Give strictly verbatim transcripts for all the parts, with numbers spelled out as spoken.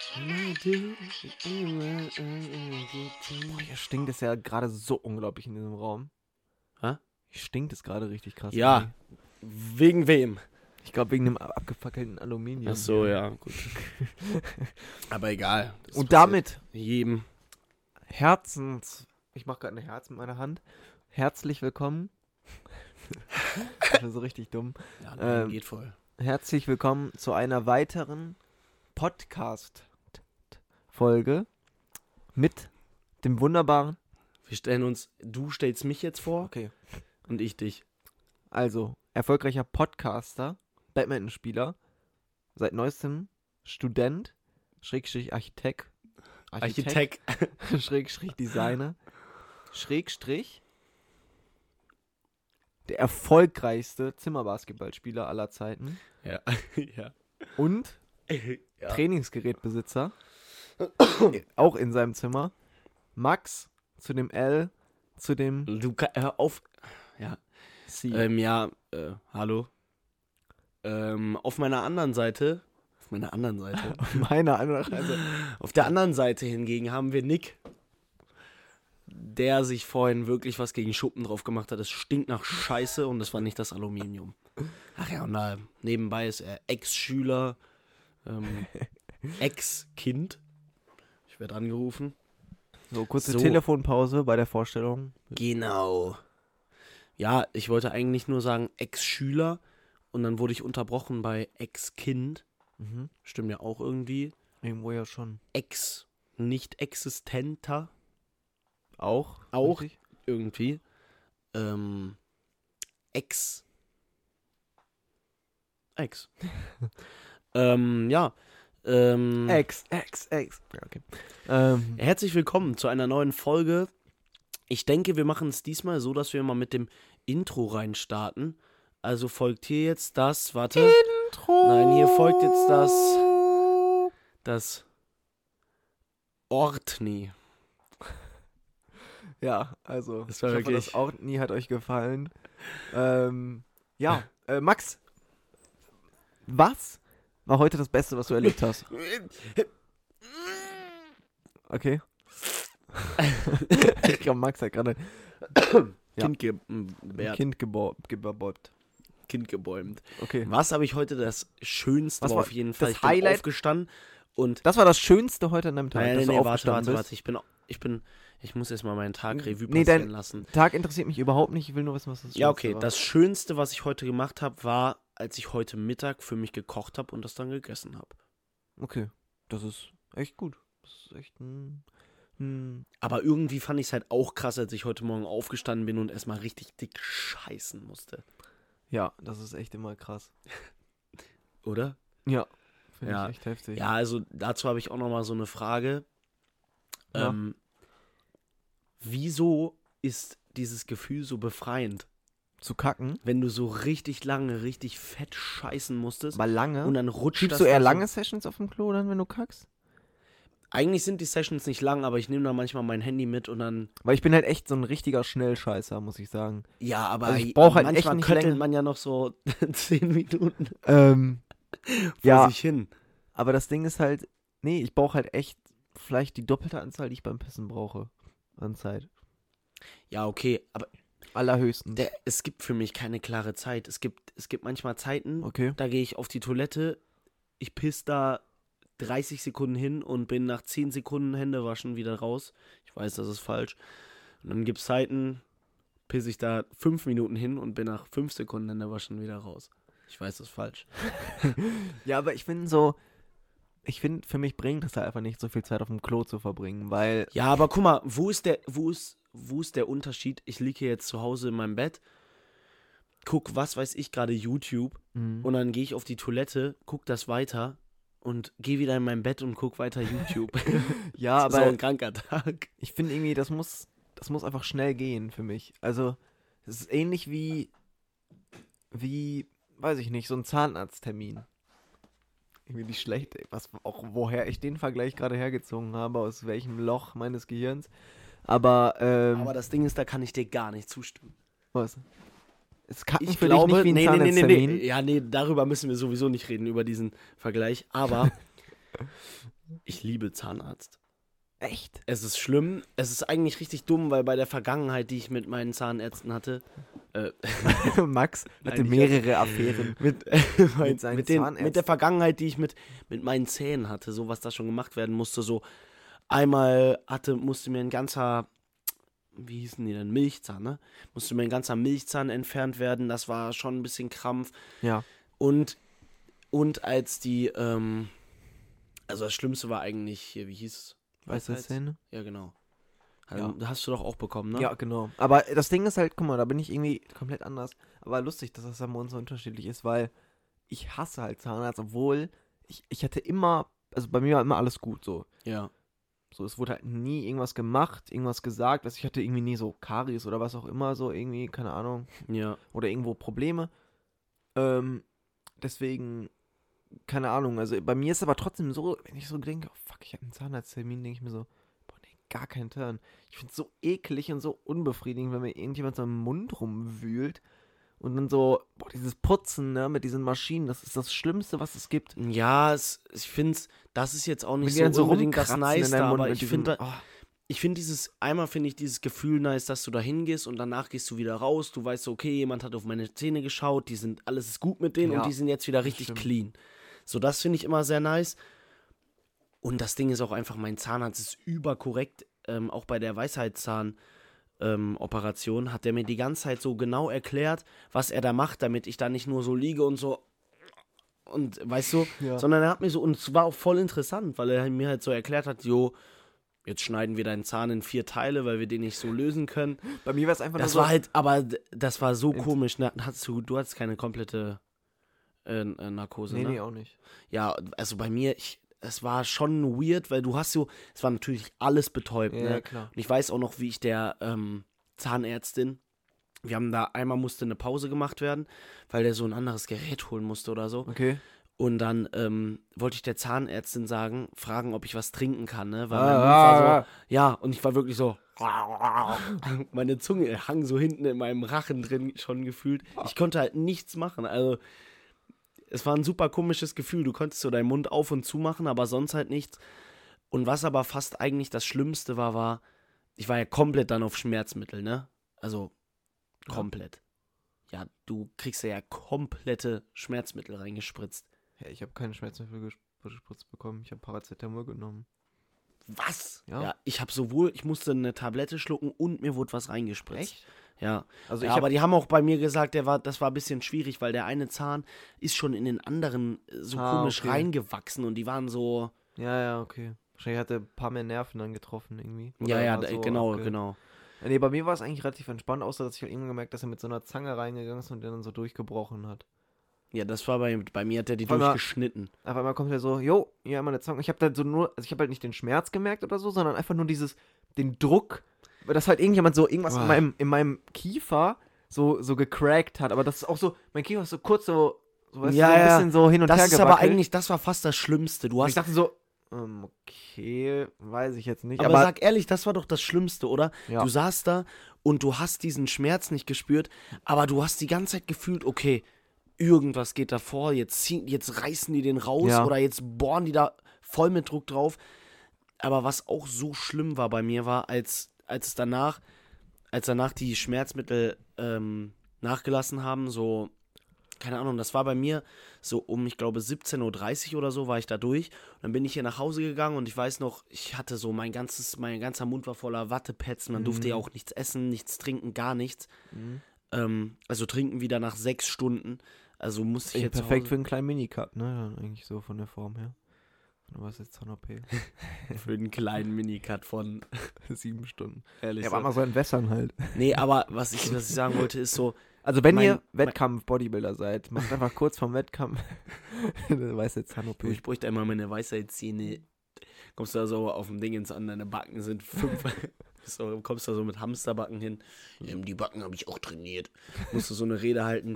Boah, hier stinkt es ja gerade so unglaublich in diesem Raum. Hä? Hier stinkt es gerade richtig krass. Ja. Wegen wem? Ich glaube wegen dem abgefackelten Aluminium. Ach so, hier. ja, gut. Aber egal. Das Und passiert damit jedem. Herzens... Ich mache gerade ein Herz mit meiner Hand. Herzlich willkommen. Das war so richtig dumm. Ja, nein, Ähm, geht voll. Herzlich willkommen zu einer weiteren Podcast-Folge mit dem wunderbaren... Wir stellen uns, du stellst mich jetzt vor Okay. und ich dich. Also, erfolgreicher Podcaster, Badmintonspieler, seit neuestem Student, Schrägstrich Architekt, Architekt. Schrägstrich Designer, Schrägstrich der erfolgreichste Zimmerbasketballspieler aller Zeiten Ja. ja. und ja. Trainingsgerätbesitzer, auch in seinem Zimmer, Max zu dem L, zu dem Du kann, hör auf. Ja. C. Ähm, ja, äh, hallo. Ähm, auf meiner anderen Seite, auf meiner anderen Seite, Meiner anderen, also auf der anderen Seite hingegen haben wir Nick, der sich vorhin wirklich was gegen Schuppen drauf gemacht hat. Es stinkt nach Scheiße und das war nicht das Aluminium. Ach ja, und da nebenbei ist er Ex-Schüler, ähm, Ex-Kind. Ich werde angerufen. so kurze So. Telefonpause bei der Vorstellung. Genau. Ja, ich wollte eigentlich nur sagen Ex-Schüler und dann wurde ich unterbrochen bei Ex-Kind. Mhm. Stimmt ja auch irgendwie. Irgendwo ja schon. Ex, nicht existenter, Auch? Auch. richtig? irgendwie. Ähm, Ex. Ex. ähm, ja. Ähm, Ex, Ex, Ex. Ja, okay. Ähm, Herzlich willkommen zu einer neuen Folge. Ich denke, wir machen es diesmal so, dass wir mal mit dem Intro reinstarten. Also folgt hier jetzt das, warte. Intro. Nein, hier folgt jetzt das, das Ortni. Ja, also, Das war ich hoffe, wirklich- das Ortni hat euch gefallen. Ähm, ja, äh, Max, was war heute das Beste, was du erlebt hast? Okay. Ich glaube, Max hat gerade Ja. Kind, ge ein Bert, Kind gebor- gebäumt. kind gebäumt. Okay. Was habe ich heute das Schönste Was war war auf jeden Fall? das Ich bin Highlight? aufgestanden und Das war das Schönste heute an deinem Tag, Nein, dass nee, du nee, warte, aufgestanden warte, bist. warte. Ich bin, ich bin, ich muss erstmal meinen Tag Revue Nee, passieren dein- lassen. Tag interessiert mich überhaupt nicht, ich will nur wissen, was das Ja, Schönste okay. war. Das Schönste, was ich heute gemacht habe, war, als ich heute Mittag für mich gekocht habe und das dann gegessen habe. Okay, das ist echt gut. Das ist echt ein... ein Aber irgendwie fand ich es halt auch krass, als ich heute Morgen aufgestanden bin und erstmal richtig dick scheißen musste. ja, das ist echt immer krass. Oder? Ja, finde Ja. ich echt heftig. Ja, also dazu habe ich auch nochmal so eine Frage. Ja. Ähm, wieso ist dieses Gefühl so befreiend, Zu kacken, wenn du so richtig lange, richtig fett scheißen musstest mal lange. und dann rutscht Schiebst das du eher da so- lange Sessions auf dem Klo dann, wenn du kackst? Eigentlich sind die Sessions nicht lang, aber ich nehme da manchmal mein Handy mit und dann. Weil ich bin halt echt so ein richtiger Schnellscheißer, muss ich sagen. Ja, aber Also ich brauch halt echt manchmal nicht köttelt länger. man ja noch so zehn Minuten Ähm, vor Ja. sich hin. aber das Ding ist halt, nee, ich brauche halt echt vielleicht die doppelte Anzahl, die ich beim Pissen brauche. An Zeit. Ja, okay, aber Allerhöchstens. der, es gibt für mich keine klare Zeit. Es gibt, es gibt manchmal Zeiten, Okay. da gehe ich auf die Toilette, ich piss da dreißig Sekunden hin und bin nach zehn Sekunden Hände waschen wieder raus. Ich weiß, das ist falsch. Und dann gibt es Zeiten, pisse ich da fünf Minuten hin und bin nach fünf Sekunden Hände waschen wieder raus. Ich weiß, das ist falsch. Ja, aber ich finde so, ich finde, für mich bringt es halt einfach nicht so viel Zeit auf dem Klo zu verbringen, weil, Ja, aber guck mal, wo ist der, wo ist, wo ist der Unterschied? Ich liege hier jetzt zu Hause in meinem Bett, guck, was weiß ich gerade, YouTube, mh, und dann gehe ich auf die Toilette, guck das weiter und gehe wieder in mein Bett und guck weiter YouTube. ja, Das ist auch aber ein kranker Tag. ich finde irgendwie, das muss, das muss einfach schnell gehen für mich. Also, es ist ähnlich wie, wie, weiß ich nicht, so ein Zahnarzttermin. Irgendwie nicht schlecht, ey, was auch woher ich den Vergleich gerade hergezogen habe, aus welchem Loch meines Gehirns. Aber, ähm, Aber das Ding ist, da kann ich dir gar nicht zustimmen. was? Ist Kacken Ich für glaube, dich nicht wie ein nee, nee, nee, nee, Zahnarzttermin? nee. Ja, nee, darüber müssen wir sowieso nicht reden, über diesen Vergleich. Aber Ich liebe Zahnarzt. Echt? Es ist schlimm. Es ist eigentlich richtig dumm, weil bei der Vergangenheit, die ich mit meinen Zahnärzten hatte, äh, Max hatte Nein, mehrere Affären. mit, Mit seinen mit, den, Zahnärzten. mit der Vergangenheit, die ich mit, mit meinen Zähnen hatte, so was da schon gemacht werden musste, so einmal hatte, musste mir ein ganzer, wie hießen die denn, Milchzahn, ne? Musste mir ein ganzer Milchzahn entfernt werden, das war schon ein bisschen Krampf. Ja. Und, und als die, ähm, also das Schlimmste war eigentlich hier, wie hieß es? Weiße Zähne? Ja, genau. Also, ja. Hast du doch auch bekommen, ne? Ja, genau. Aber das Ding ist halt, guck mal, da bin ich irgendwie komplett anders. Aber lustig, dass das dann bei uns so unterschiedlich ist, weil ich hasse halt Zahnarzt, obwohl ich, ich hatte immer, also bei mir war immer alles gut so. Ja. So, es wurde halt nie irgendwas gemacht, irgendwas gesagt. Also ich hatte irgendwie nie so Karies oder was auch immer, so irgendwie, keine Ahnung. Ja. Oder irgendwo Probleme. Ähm, deswegen, keine Ahnung. Also bei mir ist es aber trotzdem so, wenn ich so denke, oh fuck, ich habe einen Zahnarzttermin, denke ich mir so, boah, nee, gar keinen Turn. Ich finde es so eklig und so unbefriedigend, wenn mir irgendjemand so im Mund rumwühlt. Und dann so, boah, dieses Putzen, ne, mit diesen Maschinen, das ist das Schlimmste, was es gibt. Ja, es, ich finde, das ist jetzt auch nicht Wenn die so dann so unbedingt das rumkratzen in Nice, deinem Mund aber mit ich diesem- finde, oh. ich finde dieses, einmal finde ich dieses Gefühl nice, dass du da hingehst und danach gehst du wieder raus, du weißt so, okay, jemand hat auf meine Zähne geschaut, die sind, alles ist gut mit denen Ja, und die sind jetzt wieder richtig stimmt. clean. So, das finde ich immer sehr nice. Und das Ding ist auch einfach, mein Zahnarzt ist überkorrekt, ähm, auch bei der Weisheitszahn, Ähm, Operation, hat der mir die ganze Zeit so genau erklärt, was er da macht, damit ich da nicht nur so liege und so und weißt du, Ja. sondern er hat mir so, und es war auch voll interessant, weil er mir halt so erklärt hat, jo, jetzt schneiden wir deinen Zahn in vier Teile, weil wir den nicht so lösen können. Bei mir war es einfach Das nur war so, halt, aber d- das war so Ent- komisch, ne? Hattest du, du hattest keine komplette äh, äh, Narkose, nee, ne? nee, auch nicht. Ja, also bei mir, ich, es war schon weird, weil du hast so, es war natürlich alles betäubt, Ja, ne? ja, klar. Und ich weiß auch noch, wie ich der ähm, Zahnärztin, wir haben da, einmal musste eine Pause gemacht werden, weil der so ein anderes Gerät holen musste oder so. Okay. Und dann ähm, wollte ich der Zahnärztin sagen, fragen, ob ich was trinken kann, ne? Weil Ah, mein Mund ah, war ah. so, ja, und ich war wirklich so, meine Zunge hang so hinten in meinem Rachen drin schon gefühlt. Ich konnte halt nichts machen, also es war ein super komisches Gefühl. Du konntest so deinen Mund auf und zu machen, aber sonst halt nichts. Und was aber fast eigentlich das Schlimmste war, war, ich war ja komplett dann auf Schmerzmittel, ne? Also Ja. komplett. Ja, du kriegst ja komplette Schmerzmittel reingespritzt. Ja, ich habe keine Schmerzmittel ges- gespritzt bekommen. Ich habe Paracetamol genommen. Was? Ja. Ja, ich habe sowohl, ich musste eine Tablette schlucken und mir wurde was reingespritzt. Echt? Ja. Also Ja, ich aber hab, die haben auch bei mir gesagt, der war, das war ein bisschen schwierig, weil der eine Zahn ist schon in den anderen äh, so Ah, komisch okay. reingewachsen und die waren so. ja, ja, okay. Wahrscheinlich hat er ein paar mehr Nerven dann getroffen irgendwie. Ja, Oder ja, war d- so genau, abge- genau. Ja, nee, bei mir war es eigentlich relativ entspannt, außer dass ich halt irgendwann gemerkt, dass er mit so einer Zange reingegangen ist und der dann so durchgebrochen hat. Ja, das war bei, bei mir, hat er die Auf einmal- durchgeschnitten. Auf einmal kommt er so, jo, hier einmal eine Zange. Ich habe dann so nur, also ich habe halt nicht den Schmerz gemerkt oder so, sondern einfach nur dieses, den Druck, weil das halt irgendjemand so irgendwas Boah. in meinem, in meinem Kiefer so, so gecrackt hat. Aber das ist auch so, mein Kiefer ist so kurz so, so, weißt Ja, du, so ein ja. bisschen so hin und her Das ist aber gewackelt. eigentlich, das war fast das Schlimmste. Du Und hast, ich dachte so, ähm, okay, weiß ich jetzt nicht. aber, Aber, sag ehrlich, das war doch das Schlimmste, oder? ja. Du saßt da und du hast diesen Schmerz nicht gespürt, aber du hast die ganze Zeit gefühlt, okay, irgendwas geht da vor, jetzt, ziehen, jetzt reißen die den raus Ja. oder jetzt bohren die da voll mit Druck drauf. Aber was auch so schlimm war bei mir, war, als, als es danach, als danach die Schmerzmittel ähm, nachgelassen haben, so, keine Ahnung, das war bei mir so um, ich glaube, siebzehn Uhr dreißig oder so war ich da durch. Und dann bin ich hier nach Hause gegangen und ich weiß noch, ich hatte so mein ganzes, mein ganzer Mund war voller Wattepads. Man durfte Mhm. ja auch nichts essen, nichts trinken, gar nichts. Mhm. Ähm, also trinken wieder nach sechs Stunden. Also musste ich Ey, jetzt zu perfekt für Hause einen kleinen Minicut, ne? Dann eigentlich so von der Form her. Du warst jetzt Zahn-O P. für einen kleinen Minicut von Sieben Stunden. ehrlich. Ja, so. aber mal so entwässern halt. Nee, aber was ich, was ich sagen wollte, ist so, Also wenn Mein- ihr mein- Wettkampf-Bodybuilder seid, macht einfach kurz vorm Wettkampf eine weiße Zahn-O du, P. ich bräuchte einmal meine Weisheitszähne. Kommst du da so auf dem Dingens an, deine Backen sind fünf. so, kommst da so mit Hamsterbacken hin. Ähm, die Backen habe ich auch trainiert. Musst du so eine Rede halten.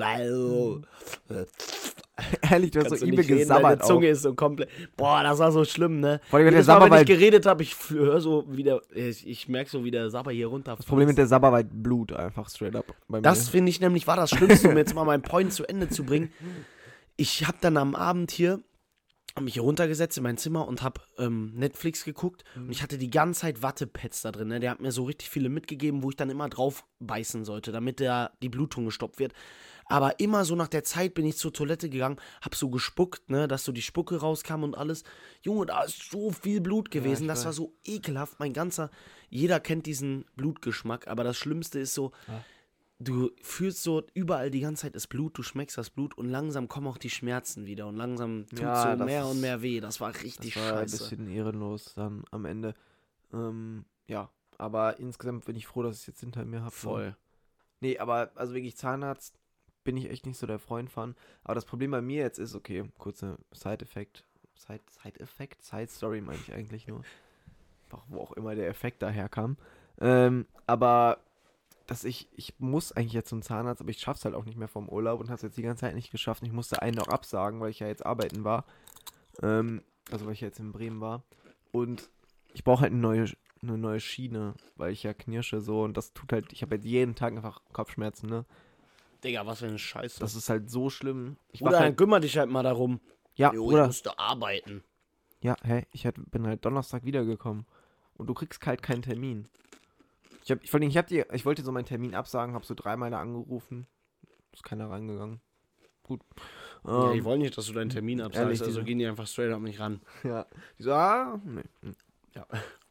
Weil. äh, Ehrlich, du hast kannst so du übel nicht reden, gesabbert deine Zunge auch. ist so komplett. Boah, das war so schlimm, ne? Vor allem mit der Jedes Mal, wenn ich Sabberwald. geredet habe, ich höre so wieder. Ich, ich merke so, wie der Sabber hier runter. Das Problem mit der Sabberwald Blut einfach straight up bei mir. Das finde ich nämlich war das Schlimmste, um jetzt mal meinen Point zu Ende zu bringen. Ich habe dann am Abend hier, habe mich hier runtergesetzt in mein Zimmer und habe ähm, Netflix geguckt Mhm. und ich hatte die ganze Zeit Wattepads da drin. Ne? Der hat mir so richtig viele mitgegeben, wo ich dann immer drauf beißen sollte, damit der, die Blutung gestoppt wird. Aber immer so nach der Zeit bin ich zur Toilette gegangen, hab so gespuckt, ne, dass so die Spucke rauskam und alles. Junge, da ist so viel Blut gewesen, ich das weiß. war so ekelhaft. Mein ganzer, jeder kennt diesen Blutgeschmack, aber das Schlimmste ist so, Ja. du fühlst so überall die ganze Zeit das Blut, du schmeckst das Blut und langsam kommen auch die Schmerzen wieder und langsam tut Ja, so das mehr ist- und mehr weh. Das war richtig Das war ein scheiße. bisschen ehrenlos dann am Ende. Ähm, ja, aber insgesamt bin ich froh, dass ich es jetzt hinter mir habe. Voll. Nee, aber also wirklich Zahnarzt bin ich echt nicht so der Freund von. Aber das Problem bei mir jetzt ist, okay, kurzer Side-Effekt. Side- Side-Effekt? Side-Story meine ich eigentlich nur. Auch, wo auch immer der Effekt daherkam. Ähm, aber dass ich, ich muss eigentlich jetzt zum Zahnarzt, aber ich schaff's halt auch nicht mehr vom Urlaub und hab's jetzt die ganze Zeit nicht geschafft. Und ich musste einen auch absagen, weil ich ja jetzt arbeiten war. Ähm, also weil ich ja jetzt in Bremen war. Und ich brauche halt eine neue, eine neue Schiene, weil ich ja knirsche so und das tut halt, ich habe jetzt jeden Tag einfach Kopfschmerzen, ne? Digga, was für eine Scheiße. Das ist halt so schlimm. Ich Bruder, wach dann halt, kümmere dich halt mal darum. ja, Jo, ich Bruder, musste arbeiten. ja, hä, ich halt, bin halt Donnerstag wiedergekommen und du kriegst halt keinen Termin. Ich hab, vor allem, ich hab dir, ich wollte so meinen Termin absagen, hab so dreimal da angerufen, ist keiner rangegangen. Gut. Ja, Ähm, die wollen nicht, dass du deinen Termin absagst, ehrlich, also diese- gehen die einfach straight up nicht ran. Ja. Die so, ah, nee. hm. Ja.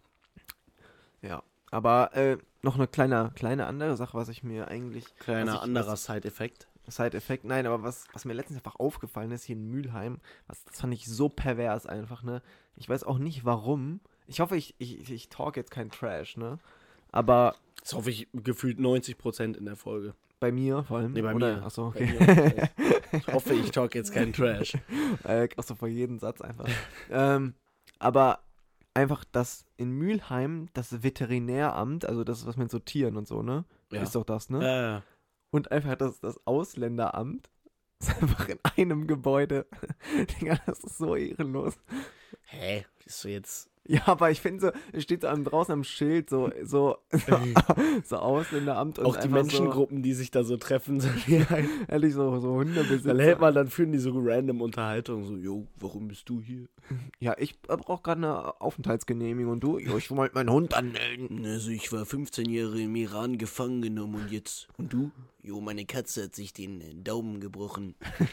Ja. Aber äh, noch eine kleine, kleine andere Sache, was ich mir eigentlich. Kleiner was ich, anderer Side-Effekt. Side-Effekt, nein, aber was, was mir letztens einfach aufgefallen ist hier in Mülheim, was, das fand ich so pervers einfach, ne? Ich weiß auch nicht warum. Ich hoffe, ich, ich, ich, ich talk jetzt kein Trash, ne? Aber Das hoffe ich gefühlt neunzig Prozent in der Folge. bei mir vor allem. Nee, bei oder? mir. Achso, Bei okay. mir auch. Ich hoffe, ich talk jetzt keinen Trash. äh, achso, vor jedem Satz einfach. ähm, aber einfach das in Mülheim, das Veterinäramt, also das, was mit so Tieren und so, ne? Ja. Ist doch das, ne? Äh, Und einfach das, das Ausländeramt ist einfach in einem Gebäude. Digga, das ist so ehrenlos. hä? Bist du jetzt... Ja, aber ich finde so, es steht so am, draußen am Schild so, so, so, so Ausländeramt und Auch die einfach Menschengruppen, die sich da so treffen, so, ja, so, ehrlich so, so Hundebesitzer. dann hält man, dann führen die so random Unterhaltungen, so, jo, warum bist du hier? Ja, ich brauche gerade eine Aufenthaltsgenehmigung und du? Ja, ich wollte meinen Hund anmelden. Also ich war fünfzehn Jahre im Iran gefangen genommen und jetzt... Und du? Jo, meine Katze hat sich den äh, Daumen gebrochen.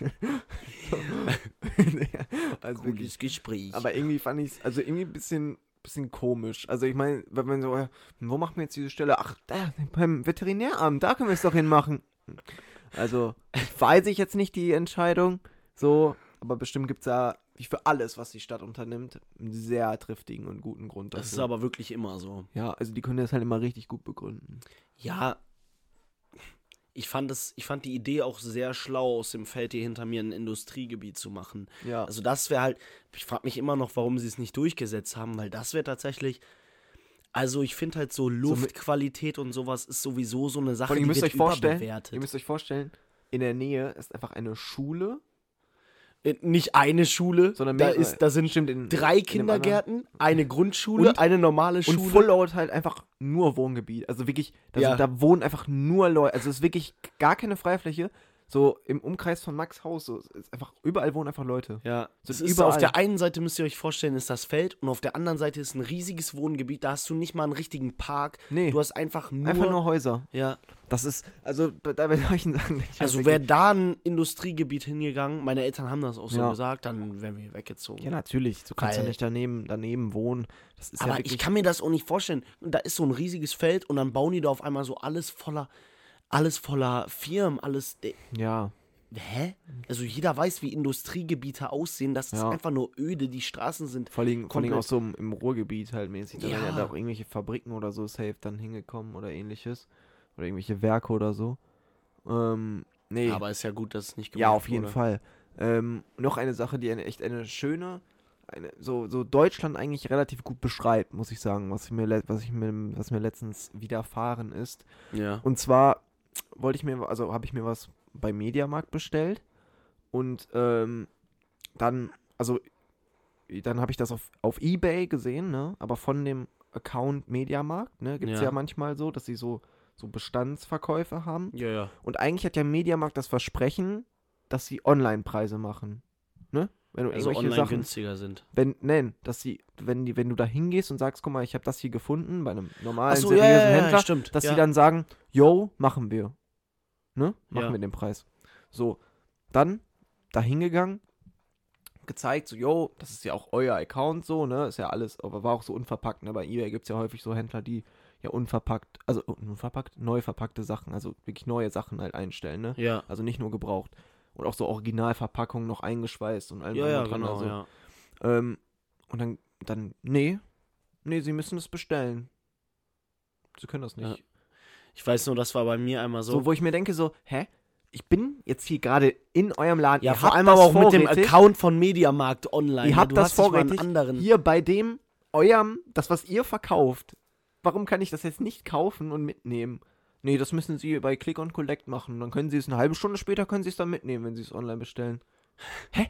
Also wirklich. Cooles Gespräch. Aber irgendwie fand ich es, also irgendwie ein bisschen, bisschen komisch. Also ich meine, wenn man so, äh, wo machen wir jetzt diese Stelle? Ach, da, beim Veterinäramt, da können wir es doch hinmachen. Also, weiß ich jetzt nicht die Entscheidung, so, aber bestimmt gibt es da, wie für alles, was die Stadt unternimmt, einen sehr triftigen und guten Grund dafür. das ist aber wirklich immer so. Ja, also die können das halt immer richtig gut begründen. Ja, ich fand, das, ich fand die Idee auch sehr schlau, aus dem Feld hier hinter mir ein Industriegebiet zu machen. Ja, Also das wäre halt, ich frage mich immer noch, warum sie es nicht durchgesetzt haben, weil das wäre tatsächlich, also ich finde halt so Luftqualität und sowas ist sowieso so eine Sache, und ihr die müsst wird euch vorstellen, überbewertet. ihr müsst euch vorstellen, in der Nähe ist einfach eine Schule, Äh, Nicht eine Schule, sondern da, mehrere. ist, da sind Stimmt, in, drei in einem anderen- Kindergärten, eine Grundschule, Und- eine normale Und Schule. Full-Load halt einfach nur Wohngebiet. Also wirklich, da, Ja. sind, da wohnen einfach nur Leute. Also es ist wirklich gar keine Freifläche. So im Umkreis von Max Haus. So, es ist einfach, überall wohnen einfach Leute. Ja, So das ist überall. auf der einen Seite, müsst ihr euch vorstellen, ist das Feld und auf der anderen Seite ist ein riesiges Wohngebiet. Da hast du nicht mal einen richtigen Park. Nee, Du hast einfach nur. einfach nur Häuser. Ja, Das ist, also da will ich Ihnen sagen. ich also hab wäre wirklich- da ein Industriegebiet hingegangen, meine Eltern haben das auch so Ja. gesagt, dann wären wir weggezogen. Ja, natürlich. Du kannst Weil- ja nicht daneben, daneben wohnen. Das ist ja Aber wirklich, ich kann mir das auch nicht vorstellen. Und da ist so ein riesiges Feld und dann bauen die da auf einmal so alles voller, alles voller Firmen, alles. de- ja. Hä? Also jeder weiß, wie Industriegebiete aussehen. Das ist Ja. einfach nur öde. Die Straßen sind. Vor allem, vor allem Komplett. auch so im, im Ruhrgebiet halt mäßig. Da Ja. wären ja da auch irgendwelche Fabriken oder so safe dann hingekommen oder ähnliches. Oder irgendwelche Werke oder so. Ähm, nee. Aber ist ja gut, dass es nicht gemacht Ja, auf jeden wurde. Fall. Ähm, noch eine Sache, die eine, echt eine schöne, eine, so, so Deutschland eigentlich relativ gut beschreibt, muss ich sagen, was, ich mir, le- was, ich mir, was mir letztens widerfahren ist. Ja. Und zwar wollte ich mir, also habe ich mir was bei Mediamarkt bestellt und ähm, dann, also dann habe ich das auf, auf eBay gesehen, ne, aber von dem Account Mediamarkt, ne, gibt es Ja. ja manchmal so, dass sie so, so Bestandsverkäufe haben. Ja, ja. Und eigentlich hat ja Mediamarkt das Versprechen, dass sie Online-Preise machen. Ne? Wenn du Also irgendwelche online Sachen, günstiger sind. wenn, nein, dass sie, wenn die, wenn du da hingehst und sagst, guck mal, ich habe das hier gefunden bei einem normalen, Ach so, seriösen ja, ja, ja, Händler, stimmt. dass ja. sie dann sagen, yo, machen wir. Ne? Machen Ja. wir den Preis. So, dann da hingegangen, gezeigt, so, yo, das ist ja auch euer Account so, ne, ist ja alles, aber war auch so unverpackt, ne, bei eBay gibt es ja häufig so Händler, die ja unverpackt, also unverpackt, neu verpackte Sachen, also wirklich neue Sachen halt einstellen, ne, Ja, also nicht nur gebraucht und auch so Originalverpackungen noch eingeschweißt und allem ja, ja, dran, genau, also, ja. ähm, und dann, dann, nee, nee, sie müssen es bestellen. Sie können das nicht. Ja. Ich weiß nur, das war bei mir einmal so. So, wo ich mir denke, so, hä? Ich bin jetzt hier gerade in eurem Laden. Ja, ihr vor habt allem das aber auch mit dem vorrätig. Account von Mediamarkt online. Ihr ne? habt du das hast nicht mal einen vorrätig. anderen. Hier bei dem, eurem, das, was ihr verkauft. Warum kann ich das jetzt nicht kaufen und mitnehmen? Nee, das müssen sie bei Click und Collect machen. Dann können sie es eine halbe Stunde später, können sie es dann mitnehmen, wenn sie es online bestellen. Hä?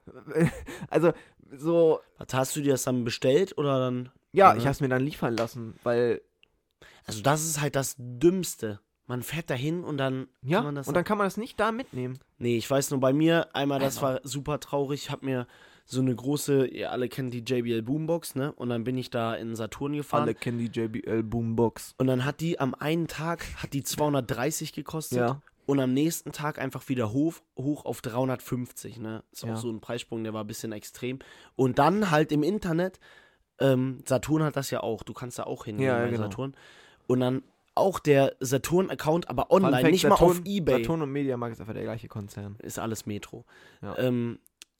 Also, so, Was, hast du dir das dann bestellt oder dann? ja, Ja. ich habe es mir dann liefern lassen, weil, Also das ist halt das Dümmste. Man fährt dahin und dann ja, kann man das. und dann kann man das nicht da mitnehmen. nee, ich weiß nur bei mir einmal, das Alter. war super traurig. Ich habe mir so eine große, ihr alle kennt die J B L Boombox, ne? Und dann bin ich da in Saturn gefahren. Alle kennen die J B L Boombox. Und dann hat die am einen Tag hat die zweihundertdreißig gekostet. Ja. Und am nächsten Tag einfach wieder hoch, hoch auf dreihundertfünfzig, ne? Ist Ja. auch so ein Preissprung, der war ein bisschen extrem. Und dann halt im Internet, ähm, Saturn hat das ja auch, du kannst da auch hingehen Ja, ja, bei genau. Saturn. Und dann auch der Saturn-Account, aber Fun online, Fact, nicht Saturn, mal auf Ebay. Saturn und Mediamarkt ist einfach der gleiche Konzern. Ist alles Metro. Ja. Ähm,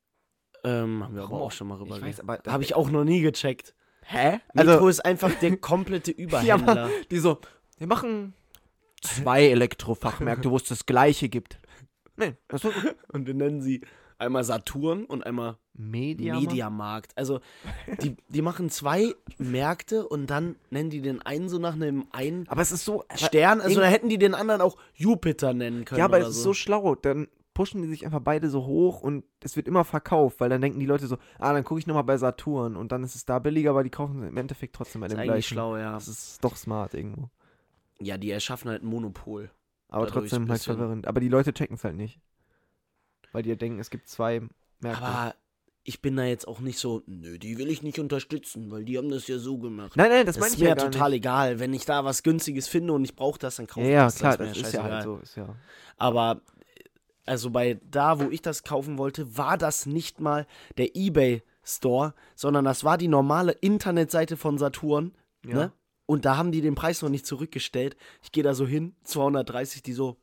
ähm, haben wir aber Warum auch auch? schon mal rüber Ich weiß, geredet. aber Habe ich auch noch nie gecheckt. Hä? Metro Also, ist einfach der komplette ja, Überhändler. aber die so, wir machen zwei Elektrofachmärkte, wo es das gleiche gibt. Nee, das ist gut. Und wir nennen sie einmal Saturn und einmal Mediamarkt? Mediamarkt. Also die, die machen zwei Märkte und dann nennen die den einen so nach einem einen Aber es ist so, Stern. Also Irgend- da hätten die den anderen auch Jupiter nennen können. ja, aber oder es ist so. so schlau. Dann pushen die sich einfach beide so hoch und es wird immer verkauft, weil dann denken die Leute so, ah, dann gucke ich nochmal bei Saturn und dann ist es da billiger, aber die kaufen im Endeffekt trotzdem bei ist dem eigentlich gleichen. schlau, ja. Das ist doch smart irgendwo. Ja, die erschaffen halt ein Monopol. Aber Dadurch trotzdem ein halt bisschen. verwirrend. Aber die Leute checken es halt nicht. Weil die ja denken, es gibt zwei Märkte. Aber ich bin da jetzt auch nicht so, nö, die will ich nicht unterstützen, weil die haben das ja so gemacht. nein, nein, das, Das meine ist ich mir ja ja gar total nicht. egal. Wenn ich da was Günstiges finde und ich brauche das, dann kaufe Ja, ich ja, das. klar, das, das ist mir ist ja halt scheißegal. so. Ist ja. Aber also bei da, wo ich das kaufen wollte, war das nicht mal der eBay Store, sondern das war die normale Internetseite von Saturn, Ja. ne? Und da haben die den Preis noch nicht zurückgestellt. Ich gehe da so hin, zweihundertdreißig, die so,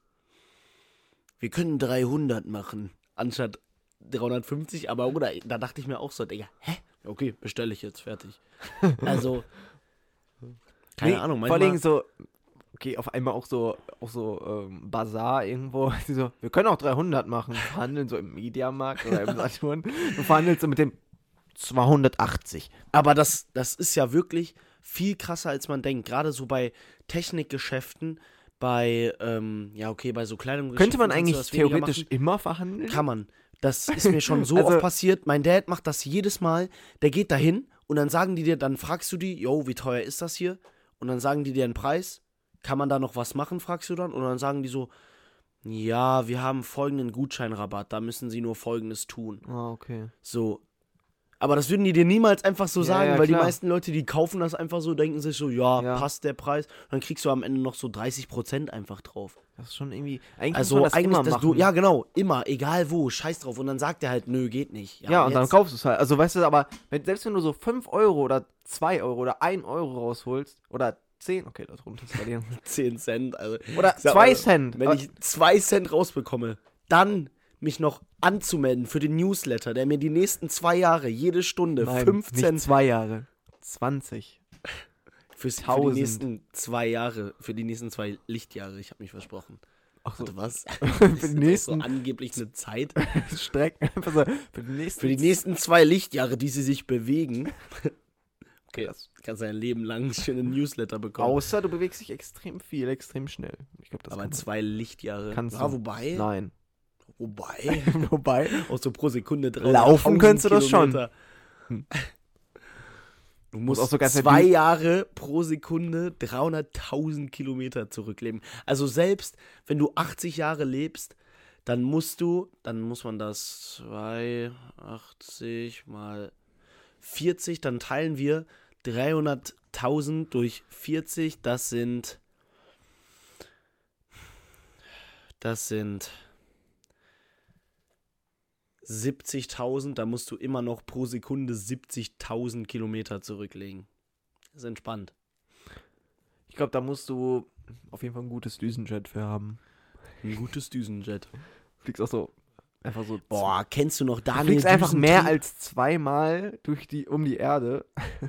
wir können dreihundert machen, anstatt dreihundertfünfzig, aber oder, da dachte ich mir auch so, Digga, hä? Okay, bestelle ich jetzt, fertig. Also, keine Nee, Ahnung, Vor manchmal, allem so, okay, auf einmal auch so, auch so ähm, Bazar irgendwo. Die so, wir können auch dreihundert machen. Verhandeln so im Mediamarkt oder im Saturn. Du verhandelst so mit dem zweihundertachtzig. aber das, das ist ja wirklich viel krasser, als man denkt. Gerade so bei Technikgeschäften, bei, ähm, ja, okay, bei so Kleidungsgeschäften. Könnte man kannst du eigentlich das weniger theoretisch machen. immer verhandeln? Kann man. Das ist mir schon so Also- oft passiert. Mein Dad macht das jedes Mal. Der geht dahin und dann sagen die dir, dann fragst du die, yo, wie teuer ist das hier? Und dann sagen die dir einen Preis. Kann man da noch was machen, fragst du dann? Und dann sagen die so, ja, wir haben folgenden Gutscheinrabatt, da müssen sie nur Folgendes tun. Ah, okay. So. Aber das würden die dir niemals einfach so Ja, sagen, ja, weil klar. die meisten Leute, die kaufen das einfach so, denken sich so, ja, Ja. passt der Preis. Dann kriegst du am Ende noch so dreißig Prozent einfach drauf. Das ist schon irgendwie. Eigentlich Also muss man das eigentlich, immer dass machen. du, ja genau, immer, egal wo, scheiß drauf. Und dann sagt er halt, nö, geht nicht. Ja, und dann jetzt- kaufst du es halt. Also weißt du, aber wenn, selbst wenn du so fünf Euro oder zwei Euro oder ein Euro rausholst oder zehn, okay, da drunter ist bei dir. zehn Cent. Also, Oder sag zwei mal, Cent. Wenn Aber- ich zwei Cent rausbekomme, dann mich noch anzumelden für den Newsletter, der mir die nächsten zwei Jahre, jede Stunde, Nein, fünfzehn nicht zwei Jahre. zwanzig. fürs, für die tausend. nächsten zwei Jahre, für die nächsten zwei Lichtjahre, ich habe mich versprochen. Ach so. Warte, was? Für Ist die das nächsten so angeblich eine Zeit? Strecken. Einfach so, für die nächsten. Für die nächsten zwei Lichtjahre, die sie sich bewegen. Okay, Das- du kannst ein Leben lang einen schönen Newsletter bekommen. Außer du bewegst dich extrem viel, extrem schnell. Ich glaube, das Aber kann man. zwei Lichtjahre. Kannst ja, du. wobei. Nein. Wobei. Wobei. Auch so pro Sekunde Laufen dreihunderttausend könntest du das schon. Kilometer. Hm. Du musst auch sogar zwei verdienen. Jahre pro Sekunde dreihunderttausend Kilometer zurückleben. Also selbst wenn du achtzig Jahre lebst, dann musst du, dann muss man das zweiundachtzig mal vierzig, dann teilen wir dreihunderttausend durch vierzig, das sind, das sind siebzigtausend, da musst du immer noch pro Sekunde siebzigtausend Kilometer zurücklegen. Das ist entspannt. Ich glaube, da musst du auf jeden Fall ein gutes Düsenjet für haben. Ein gutes Düsenjet. Fliegst auch so, einfach so. Boah, kennst du noch du Daniel fliegst einfach Düsentrieb? mehr als zweimal durch die, um die Erde.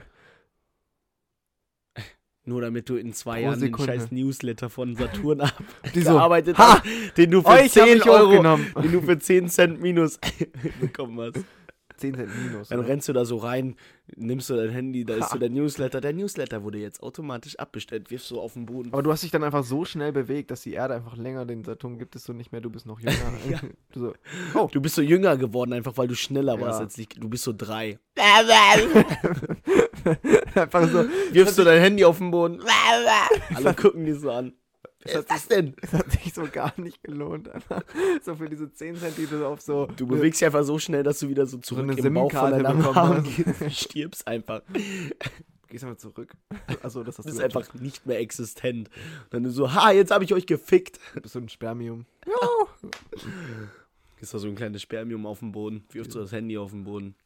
Nur damit du in zwei Pro Jahren Sekunde. den scheiß Newsletter von Saturn Die so, abgearbeitet ha, hast, den du für euch hab zehn ich Euro, aufgenommen. den du für zehn Cent minus bekommen hast. zehn Cent minus. Dann oder? rennst du da so rein, nimmst du dein Handy, da ist Ha. so der Newsletter. Der Newsletter wurde jetzt automatisch abbestellt, wirfst du auf den Boden. Aber du hast dich dann einfach so schnell bewegt, dass die Erde einfach länger, den Saturn gibt es so nicht mehr, du bist noch jünger. Ja. Du so, oh. Du bist so jünger geworden, einfach weil du schneller warst Ja. als ich. Du bist so drei. Einfach so. Wirfst du dein Handy auf den Boden. Alle gucken dich so an. Es Was hat ist das sich- denn? Es hat sich so gar nicht gelohnt. Einfach so für diese zehn Cent, die du auf so. Du bewegst dich einfach so schnell, dass du wieder so zurück eine im Bauch von SIM-Karte deiner bekommen Mama hast. gehst. Du stirbst einfach. Gehst einfach zurück. Achso, das hast Du du bist gesagt. einfach nicht mehr existent. Und dann so, ha, jetzt habe ich euch gefickt. Du bist so ein Spermium. Ist da so ein kleines Spermium auf dem Boden. Wirfst du das Handy auf den Boden.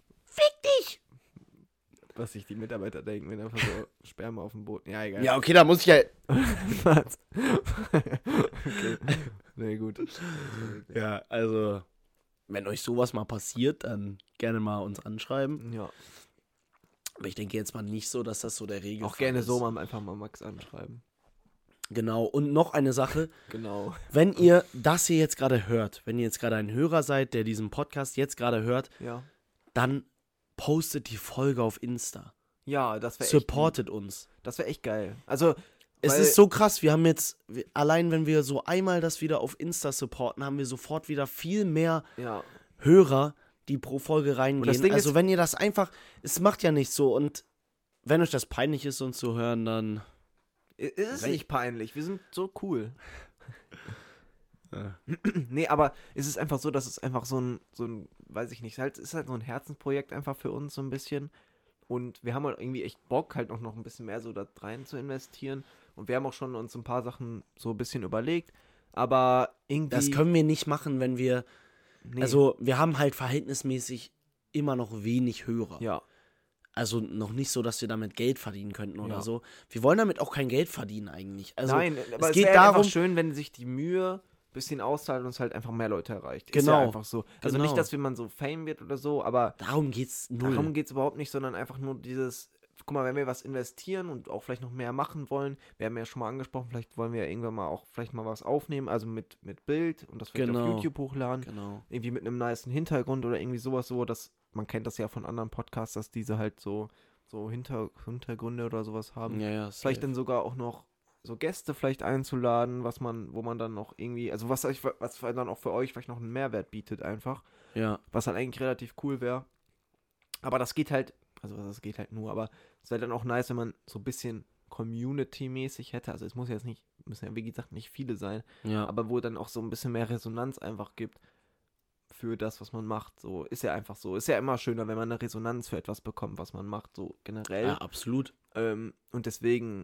Was sich die Mitarbeiter denken, wenn einfach so Sperma auf dem Boden. Ja, egal. Ja, okay, da muss ich ja. Was? Okay. Nee, gut. Ja, also, wenn euch sowas mal passiert, dann gerne mal uns anschreiben. Ja. Aber ich denke jetzt mal nicht so, dass das so der Regelfall Auch gerne ist. so mal einfach mal Max anschreiben. Genau. Und noch eine Sache. Genau. Wenn ihr das hier jetzt gerade hört, wenn ihr jetzt gerade ein Hörer seid, der diesen Podcast jetzt gerade hört, Ja. dann postet die Folge auf Insta. Ja, das wäre echt. Supportet uns. Das wäre echt geil. Also, Es weil- ist so krass, wir haben jetzt, wir- allein wenn wir so einmal das wieder auf Insta supporten, haben wir sofort wieder viel mehr Ja. Hörer, die pro Folge reingehen. das Ding Also ist- wenn ihr das einfach, es macht ja nicht so und wenn euch das peinlich ist, uns zu hören, dann... Es ist Wenn- nicht peinlich. Wir sind so cool. Ja. Nee, aber es ist einfach so, dass es einfach so ein, so ein, weiß ich nicht, halt, es ist halt so ein Herzensprojekt einfach für uns so ein bisschen. Und wir haben halt irgendwie echt Bock, halt auch noch ein bisschen mehr so da rein zu investieren. Und wir haben auch schon uns ein paar Sachen so ein bisschen überlegt. Aber irgendwie. Das können wir nicht machen, wenn wir, nee. also wir haben halt verhältnismäßig immer noch wenig Hörer. Ja. Also noch nicht so, dass wir damit Geld verdienen könnten oder Ja. so. Wir wollen damit auch kein Geld verdienen eigentlich. Also Nein, aber es es geht wäre darum, einfach schön, wenn sich die Mühe ein bisschen auszahlt und uns halt einfach mehr Leute erreicht. Ist Genau. ja einfach so. Also Genau. nicht, dass wir man so Fame wird oder so, aber darum geht's null. darum geht es überhaupt nicht, sondern einfach nur dieses, guck mal, wenn wir was investieren und auch vielleicht noch mehr machen wollen, wir haben ja schon mal angesprochen, vielleicht wollen wir ja irgendwann mal auch vielleicht mal was aufnehmen, also mit, mit Bild und das vielleicht Genau. auf YouTube hochladen, Genau. irgendwie mit einem nicen Hintergrund oder irgendwie sowas so, dass, man kennt das ja von anderen Podcasts, dass diese halt so, so Hinter, Hintergründe oder sowas haben. Ja, ja, Vielleicht safe. dann sogar auch noch so Gäste vielleicht einzuladen, was man, wo man dann noch irgendwie, also was euch, was dann auch für euch vielleicht noch einen Mehrwert bietet einfach, Ja, was dann eigentlich relativ cool wäre. Aber das geht halt, also das geht halt nur, aber es wäre dann auch nice, wenn man so ein bisschen Community-mäßig hätte, also es muss jetzt nicht, müssen ja wie gesagt nicht viele sein, ja. aber wo dann auch so ein bisschen mehr Resonanz einfach gibt für das, was man macht, so, ist ja einfach so, ist ja immer schöner, wenn man eine Resonanz für etwas bekommt, was man macht, so generell. ja, absolut. Ähm, und deswegen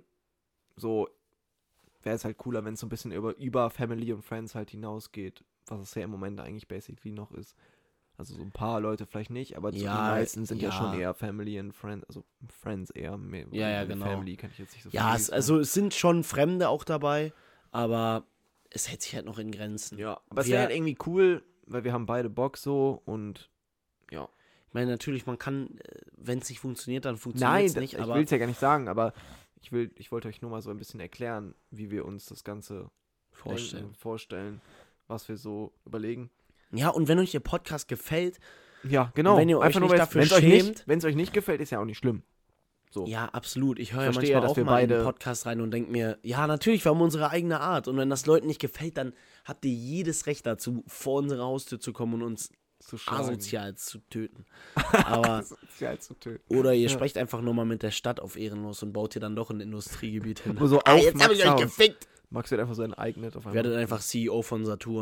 so wäre es halt cooler, wenn es so ein bisschen über, über Family und Friends halt hinausgeht, was es ja im Moment eigentlich basically noch ist. Also so ein paar Leute vielleicht nicht, aber so Ja, die meisten sind ja. ja. schon eher Family and Friends, also Friends eher mehr. Ja, ja, weil genau. Family kann ich jetzt nicht so Ja, viel es, sagen. also es sind schon Fremde auch dabei, aber es hält sich halt noch in Grenzen. Ja, aber es Wir- wäre halt irgendwie cool, weil wir haben beide Bock so und ja. Ich meine, natürlich, man kann, wenn es nicht funktioniert, dann funktioniert Nein, es das, nicht, ich aber will es ja gar nicht sagen, aber ich will, ich wollte euch nur mal so ein bisschen erklären, wie wir uns das Ganze vorstellen. denken, vorstellen, was wir so überlegen. Ja, und wenn euch der Podcast gefällt, Ja, genau. Wenn ihr euch Einfach nur, nicht wenn's- dafür wenn's euch schämt. nicht, wenn es euch nicht gefällt, ist ja auch nicht schlimm. So. ja, absolut. Ich höre ja Verstehe, manchmal dass auch wir mal in den beide- Podcast rein und denke mir, ja, natürlich, wir haben unsere eigene Art. Und wenn das Leuten nicht gefällt, dann habt ihr jedes Recht dazu, vor unsere Haustür zu kommen und uns Zu schlagen. asozial zu töten. Aber, Asozial zu töten. oder ihr Ja. sprecht einfach nur mal mit der Stadt auf ehrenlos und baut hier dann doch ein Industriegebiet hin. Wo so Ah, auf jetzt hab ich Max euch Sound. gefickt. Max wird einfach so enteignet auf einmal. Werdet einfach C E O von Saturn.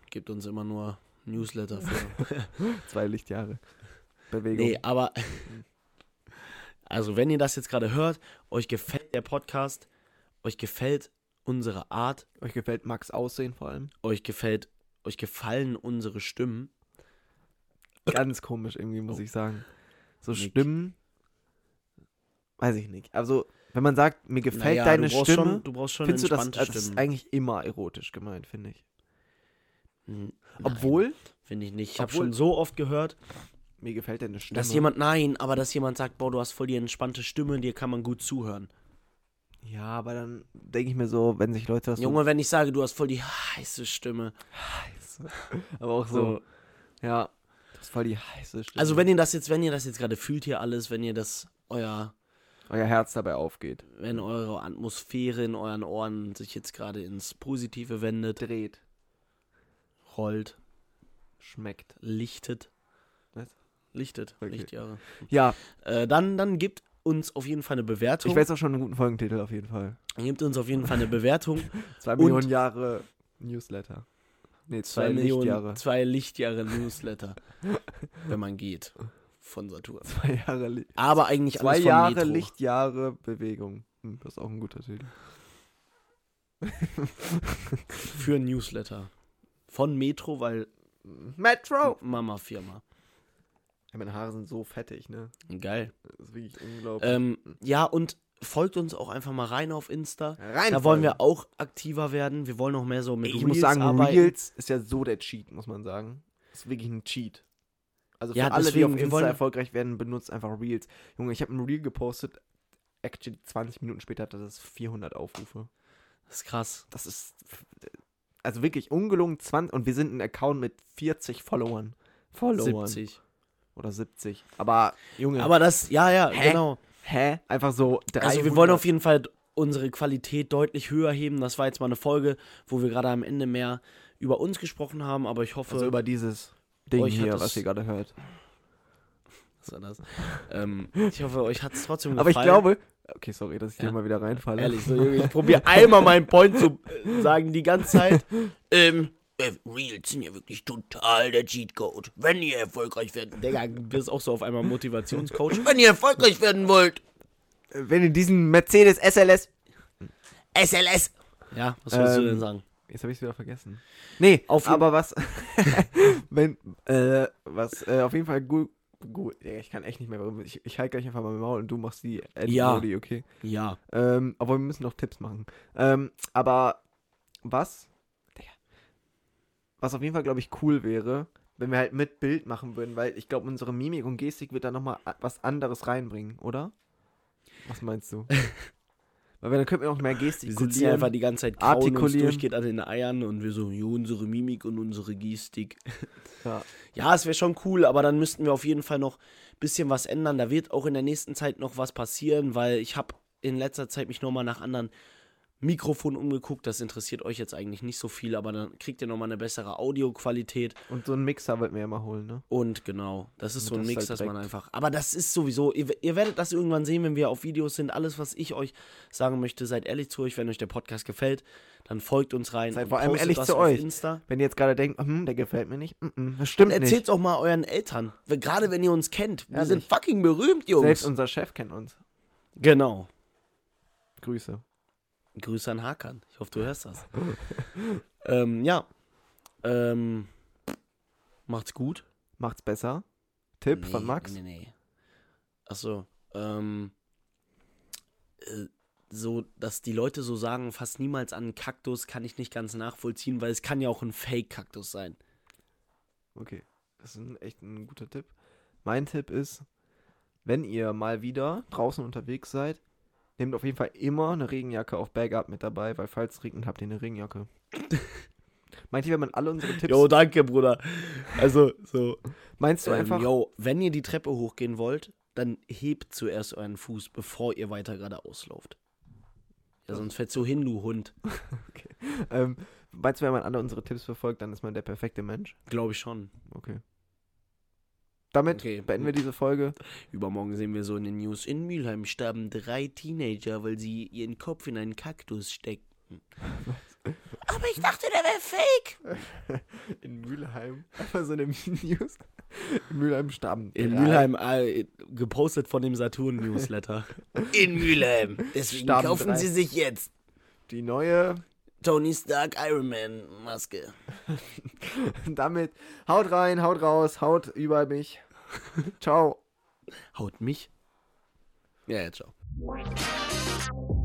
gibt uns immer nur Newsletter für. Zwei Lichtjahre. Bewegung. Nee, aber also wenn ihr das jetzt gerade hört, euch gefällt der Podcast, euch gefällt unsere Art, Euch gefällt Max Aussehen vor allem? euch gefällt, euch gefallen unsere Stimmen. Ganz komisch irgendwie, muss Oh. ich sagen. So Nick. Stimmen, weiß ich nicht. Also, wenn man sagt, mir gefällt Naja, deine du braust Stimme, schon, du brauchst schon findest du das, entspannte also das ist Stimmen. eigentlich immer erotisch gemeint, finde ich. Hm, Obwohl, finde ich nicht. Ich habe Obwohl- schon so oft gehört, mir gefällt deine Stimme. dass jemand, nein, aber dass jemand sagt, boah, du hast voll die entspannte Stimme, dir kann man gut zuhören. Ja, aber dann denke ich mir so, wenn sich Leute das Junge, wenn ich sage, du hast voll die heiße Stimme. so... Aber auch so, So. ja, das ist voll die heiße Stimme. Also wenn ihr das jetzt, wenn ihr das jetzt gerade fühlt hier alles, wenn ihr das, euer, euer Herz dabei aufgeht. wenn eure Atmosphäre in euren Ohren sich jetzt gerade ins Positive wendet, Dreht, rollt, schmeckt. lichtet. Was? Lichtet, Okay. Lichtjahre. Ja, Äh, dann, dann gibt uns auf jeden Fall eine Bewertung. ich weiß auch schon einen guten Folgentitel auf jeden Fall. Gibt uns auf jeden Fall eine Bewertung. Zwei Und- Millionen Jahre Newsletter. Nee, zwei, Zwei Millionen, Lichtjahre. zwei Lichtjahre Newsletter, wenn man geht von Saturn. Zwei Jahre, Li Aber eigentlich zwei alles von Jahre Metro. Lichtjahre Bewegung. Hm, das ist auch ein guter Titel. Für ein Newsletter. Von Metro, weil Metro! Mama-Firma. Ja, meine Haare sind so fettig, ne? Geil. Das ist wirklich unglaublich. Ähm, ja, und folgt uns auch einfach mal rein auf Insta. Rein Da wollen wir auch aktiver werden. Wir wollen noch mehr so mit Ich Reels muss sagen, arbeiten. Reels ist ja so der Cheat, muss man sagen. Das ist wirklich ein Cheat. Also für Ja, alle, die deswegen, auf wir Insta wollen- erfolgreich werden, benutzt einfach Reels. Junge, ich habe ein Reel gepostet. Actually, zwanzig Minuten später hatte das vierhundert Aufrufe. Das ist krass. Das ist, also wirklich ungelogen zwanzig. Und wir sind ein Account mit vierzig Followern. Followern. siebzig. Oder siebzig. Aber, Junge, Aber das, ja, ja, Hä? genau. hä? Einfach so dreihundert. Also wir wollen auf jeden Fall unsere Qualität deutlich höher heben. Das war jetzt mal eine Folge, wo wir gerade am Ende mehr über uns gesprochen haben, aber ich hoffe, Also über dieses Ding Euch hat hier, das- was ihr gerade hört. was war das? ähm, ich hoffe, euch hat es trotzdem gefallen. Aber ich glaube, okay, sorry, dass ich Ja. hier mal wieder reinfalle. Ehrlich, so, Junge, ich probiere einmal meinen Point zu äh, sagen die ganze Zeit. ähm, äh, Reels sind ja wirklich total der Cheatcode. Wenn ihr erfolgreich werden, Digga, du bist auch so auf einmal Motivationscoach. Wenn ihr erfolgreich werden wollt, Wenn ihr diesen Mercedes S L S... S L S. Ja, was willst du Ähm, denn sagen? Jetzt habe ich es wieder vergessen. Nee, Auf jeden- aber was... wenn, äh, was äh, auf jeden Fall gut... gut ja, ich kann echt nicht mehr... Ich, ich halte gleich einfach mal mein Maul und du machst die Ja. Endmodi, okay? Ja. Ähm, aber wir müssen noch Tipps machen. Ähm, aber was? Digga. Was auf jeden Fall, glaube ich, cool wäre, wenn wir halt mit Bild machen würden, weil ich glaube, unsere Mimik und Gestik wird da nochmal was anderes reinbringen, oder? Was meinst du? Weil dann könnten wir noch mehr Wir sitzen hier gestikulieren. einfach die ganze Zeit kauen, uns artikulieren. durchgeht an den Eiern und wir so, jo, unsere Mimik und unsere Gestik. Ja. Ja, es wäre schon cool, aber dann müssten wir auf jeden Fall noch ein bisschen was ändern. Da wird auch in der nächsten Zeit noch was passieren, weil ich habe in letzter Zeit mich nochmal nach anderen Mikrofonen umgeguckt. Das interessiert euch jetzt eigentlich nicht so viel, aber dann kriegt ihr nochmal eine bessere Audioqualität. Und so einen Mixer wollten wir ja mal holen, ne? Und genau, das ist Damit so ein das Mix, halt dass man direkt- einfach. Aber das ist sowieso, ihr, ihr werdet das irgendwann sehen, wenn wir auf Videos sind. Alles, was ich euch sagen möchte, seid ehrlich zu euch, wenn euch der Podcast gefällt, dann folgt uns rein. Seid und vor allem postet ehrlich was zu auf euch. Insta. Wenn ihr jetzt gerade denkt, hm, der gefällt mir nicht, mm, mm, das stimmt nicht. Erzählt's auch mal euren Eltern. Weil Gerade wenn ihr uns kennt. Wir Ehrlich. sind fucking berühmt, Jungs. Selbst unser Chef kennt uns. Genau. Grüße. Grüße an Hakan. Ich hoffe, du hörst das. ähm, ja. Ähm, macht's gut. Macht's besser. Tipp Nee, von Max. Nee, nee. Achso. Ähm, äh, so, dass die Leute so sagen, fast niemals an einen Kaktus, kann ich nicht ganz nachvollziehen, weil es kann ja auch ein Fake-Kaktus sein. Okay, das ist ein, echt ein guter Tipp. Mein Tipp ist, wenn ihr mal wieder draußen unterwegs seid, nehmt auf jeden Fall immer eine Regenjacke auf Backup mit dabei, weil falls es regnet, habt ihr eine Regenjacke. Meint ihr, wenn man alle unsere Tipps... Jo, danke, Bruder. Also, so. meinst du Ähm, einfach... yo, wenn ihr die Treppe hochgehen wollt, dann hebt zuerst euren Fuß, bevor ihr weiter geradeaus lauft. Ja, sonst fällst du hin, du Hund. Ähm, meinst du, wenn man alle unsere Tipps verfolgt, dann ist man der perfekte Mensch? Glaube ich schon. Okay. Damit Okay. beenden wir diese Folge. Übermorgen sehen wir so in den News, in Mülheim starben drei Teenager, weil sie ihren Kopf in einen Kaktus steckten. Aber ich dachte, der wäre fake. In Mülheim. Einfach so eine News. In Mülheim starben. In drei. Mülheim, äh, gepostet von dem Saturn-Newsletter. In Mülheim. Deswegen Starben kaufen drei. Sie sich jetzt Die neue. Tony Stark Iron Man Maske. Damit haut rein, haut raus, haut über mich. Ciao. Haut mich? Ja, ja, ciao.